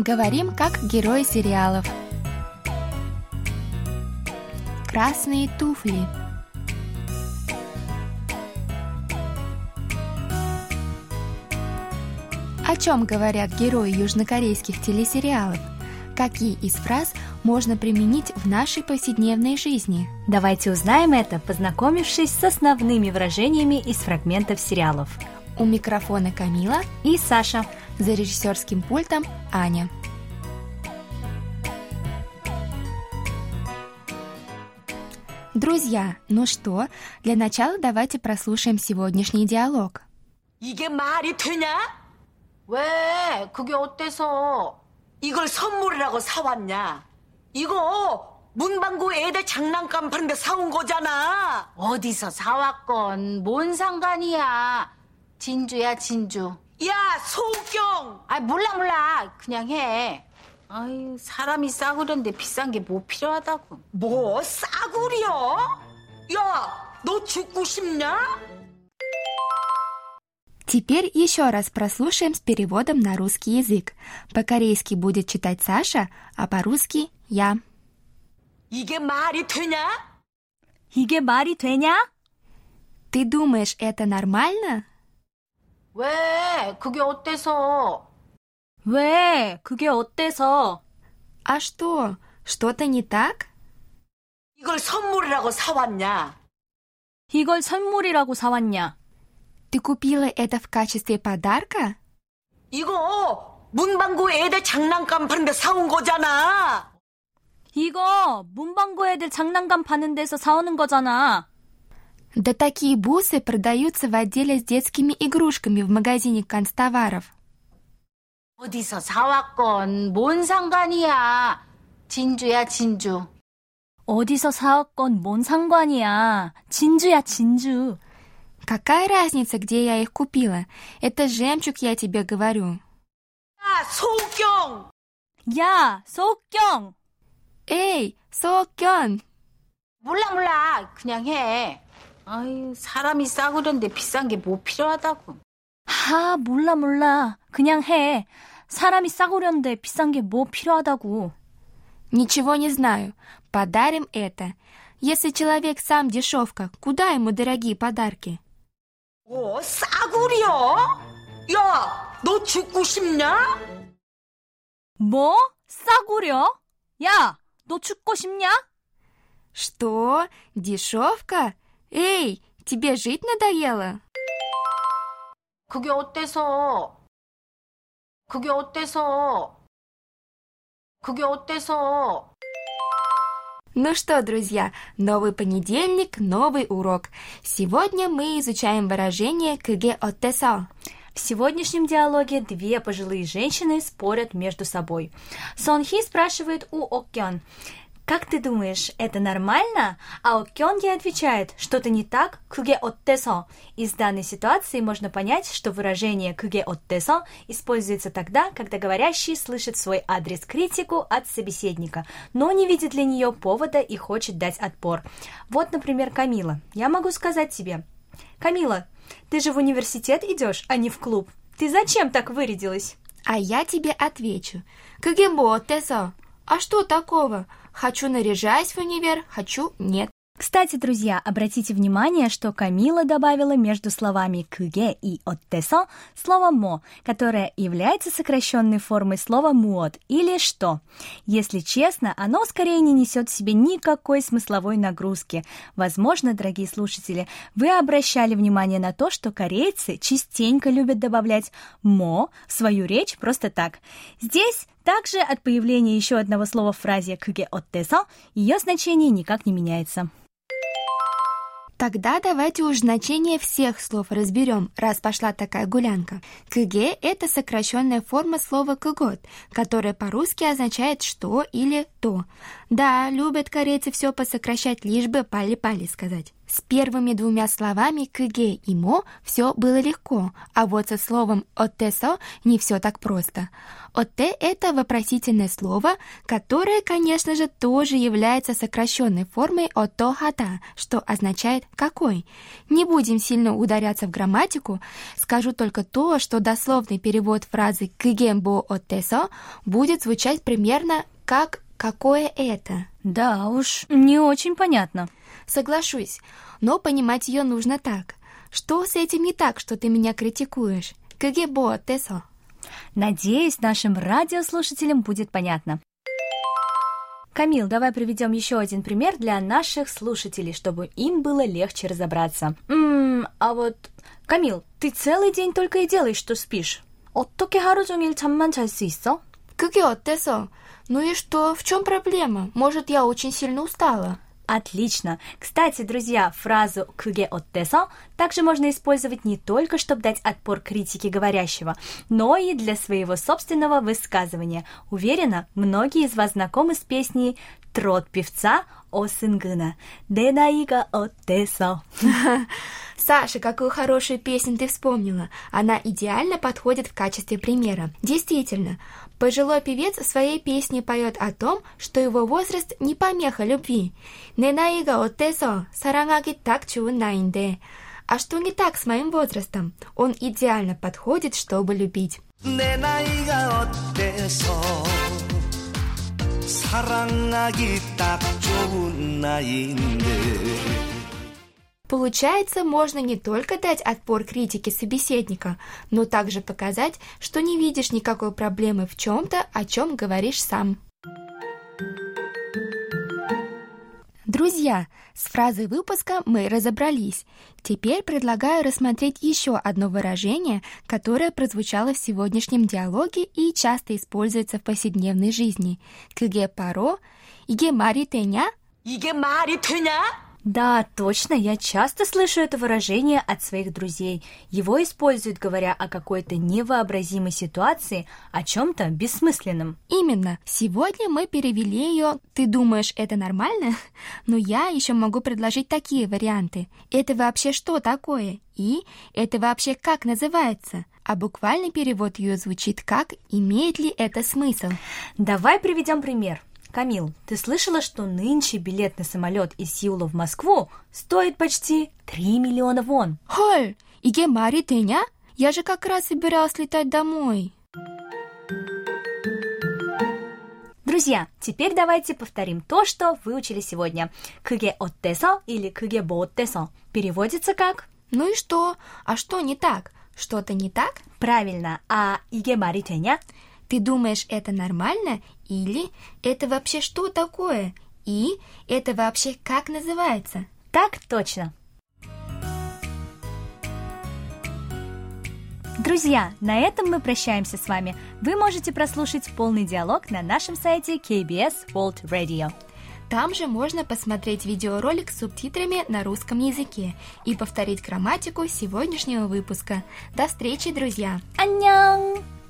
Говорим как герои сериалов. Красные туфли. О чем говорят герои южнокорейских телесериалов? Какие из фраз можно применить в нашей повседневной жизни? Давайте узнаем это, познакомившись с основными выражениями из фрагментов сериалов. У микрофона Камила и Саша. За режиссерским пультом Аня. Друзья, ну что, для начала давайте прослушаем сегодняшний диалог. 이게 말이 되냐? 왜? 그게 어때서? 이걸 선물이라고 사왔냐? 이거 문방구 애들 장난감 파는데 사온 거잖아. 어디서 사왔건 뭔 상관이야. 진주야, 진주. 야, 소경! 아, 몰라. 그냥 해. 아유, 사람이 싸구려인데 비싼 게 뭐 필요하다고. 뭐? 싸구려? 야, 너 죽고 싶냐? Теперь еще раз прослушаем с переводом на русский язык. По-корейски будет читать Саша, а по-русски я. 이게 말이 되냐? 이게 말이 되냐? Ты думаешь, это нормально? 왜? 그게 어때서? 왜? 그게 어때서? А что? Что-то не так? 이걸 선물이라고 사왔냐? 이걸 선물이라고 사왔냐? Ты купила это в качестве подарка? 이거 문방구 애들 장난감 파는데 사온 거잖아. 이거 문방구 애들 장난감 파는 데서 사오는 거잖아. Да такие бусы продаются в отделе с детскими игрушками в магазине канцтоваров. 어디서 사왔건 뭔 상관이야. 진주야, 진주. 어디서 사왔건 뭔 상관이야. 진주야, 진주. Какая разница, где я их купила? Это жемчуг, я тебе говорю. 야, 소경! 야, 소경! Эй, 소경! 몰라. 그냥 해. 아유, 사람이 싸구려인데 비싼 게 뭐 필요하다고. 아, 몰라. 그냥 해. 사람이 싸구려인데 비싼 게 뭐 필요하다고. Ничего не знаю. Подарим это. Если человек сам дешевка, куда ему дорогие подарки? 뭐, 싸구려? 야, 너 죽고 싶냐? 뭐? 싸구려? 야, 너 죽고 싶냐? Что? Дешевка? Эй, тебе жить надоело? 그게 어때서? 그게 어때서? 그게 어때서? Ну что, друзья, новый понедельник, новый урок. Сегодня мы изучаем выражение «그게 어때서?». В сегодняшнем диалоге две пожилые женщины спорят между собой. Сон Хи спрашивает у Оккён: «Как ты думаешь, это нормально?» А Оккён ей отвечает: «Что-то не так? 그게 어때서?» Из данной ситуации можно понять, что выражение «그게 어때서» используется тогда, когда говорящий слышит в свой адрес критику от собеседника, но не видит для нее повода и хочет дать отпор. Вот, например, Камила. Я могу сказать тебе: «Камила, ты же в университет идешь, а не в клуб. Ты зачем так вырядилась?» А я тебе отвечу: «그게 뭐 어때서?» А что такого? Хочу наряжаюсь в универ, хочу нет. Кстати, друзья, обратите внимание, что Камила добавила между словами «кыге» и «оттесо» слово «мо», которое является сокращенной формой слова «муот» или «что». Если честно, оно скорее не несет в себе никакой смысловой нагрузки. Возможно, дорогие слушатели, вы обращали внимание на то, что корейцы частенько любят добавлять «мо» в свою речь просто так. Здесь также от появления еще одного слова в фразе «кыге оттесо» ее значение никак не меняется. Тогда давайте уж значение всех слов разберем, раз пошла такая гулянка. «Кыге» — это сокращенная форма слова «кыгот», которое по-русски означает «что» или «то». Да, любят корейцы все посокращать, лишь бы пали-пали сказать. С первыми двумя словами кыге и мо все было легко, а вот со словом оттесо не все так просто. Отте – это вопросительное слово, которое, конечно же, тоже является сокращенной формой отто-хата, что означает «какой». Не будем сильно ударяться в грамматику, скажу только то, что дословный перевод фразы «кыгембо оттесо» будет звучать примерно как «какое это?». Да уж, не очень понятно. Соглашусь, но понимать ее нужно так. Что с этим не так, что ты меня критикуешь? Кыгебо оттесо. Надеюсь, нашим радиослушателям будет понятно. Камил, давай приведем еще один пример для наших слушателей, чтобы им было легче разобраться. А вот, Камил, ты целый день только и делаешь, что спишь. 어떻게 하루 종일 잠만 잘 수 있어? 그게 어때서? Ну и что? В чем проблема? Может, я очень сильно устала? Отлично! Кстати, друзья, фразу «그게 어때서» также можно использовать не только, чтобы дать отпор критике говорящего, но и для своего собственного высказывания. Уверена, многие из вас знакомы с песней «Трот певца Осынгына» «내 나이가 어때서». Саша, какую хорошую песню ты вспомнила. Она идеально подходит в качестве примера. Действительно, пожилой певец в своей песне поет о том, что его возраст не помеха любви. «내 나이가 어때서 사랑하기 딱 좋은 나이인데». А что не так с моим возрастом? Он идеально подходит, чтобы любить. 내 나이가 어때서 사랑하기 딱 좋은 나이인데. Получается, можно не только дать отпор критике собеседника, но также показать, что не видишь никакой проблемы в чем-то, о чем говоришь сам. Друзья, с фразой выпуска мы разобрались. Теперь предлагаю рассмотреть еще одно выражение, которое прозвучало в сегодняшнем диалоге и часто используется в повседневной жизни. 그게 바로 이게 말이 되냐? 이게 말이 되냐? Да, точно, я часто слышу это выражение от своих друзей. Его используют, говоря о какой-то невообразимой ситуации, о чем-то бессмысленном. Именно. Сегодня мы перевели ее «Ты думаешь, это нормально?» Но я еще могу предложить такие варианты. «Это вообще что такое?» и «Это вообще как называется?» А буквальный перевод ее звучит как «Имеет ли это смысл?» Давай приведем пример. Камил, ты слышала, что нынче билет на самолет из Сеула в Москву стоит почти 3 миллиона вон? Холь, 이게 말이 되냐? Я же как раз собиралась летать домой. Друзья, теперь давайте повторим то, что выучили сегодня. 그게 어때서 или 그게 뭐 어때서 переводится как? Ну и что? А что не так? Что-то не так? Правильно. А 이게 말이 되냐? Ты думаешь, это нормально? Или это вообще что такое? И это вообще как называется? Так точно. Друзья, на этом мы прощаемся с вами. Вы можете прослушать полный диалог на нашем сайте KBS World Radio. Там же можно посмотреть видеоролик с субтитрами на русском языке и повторить грамматику сегодняшнего выпуска. До встречи, друзья! 안녕!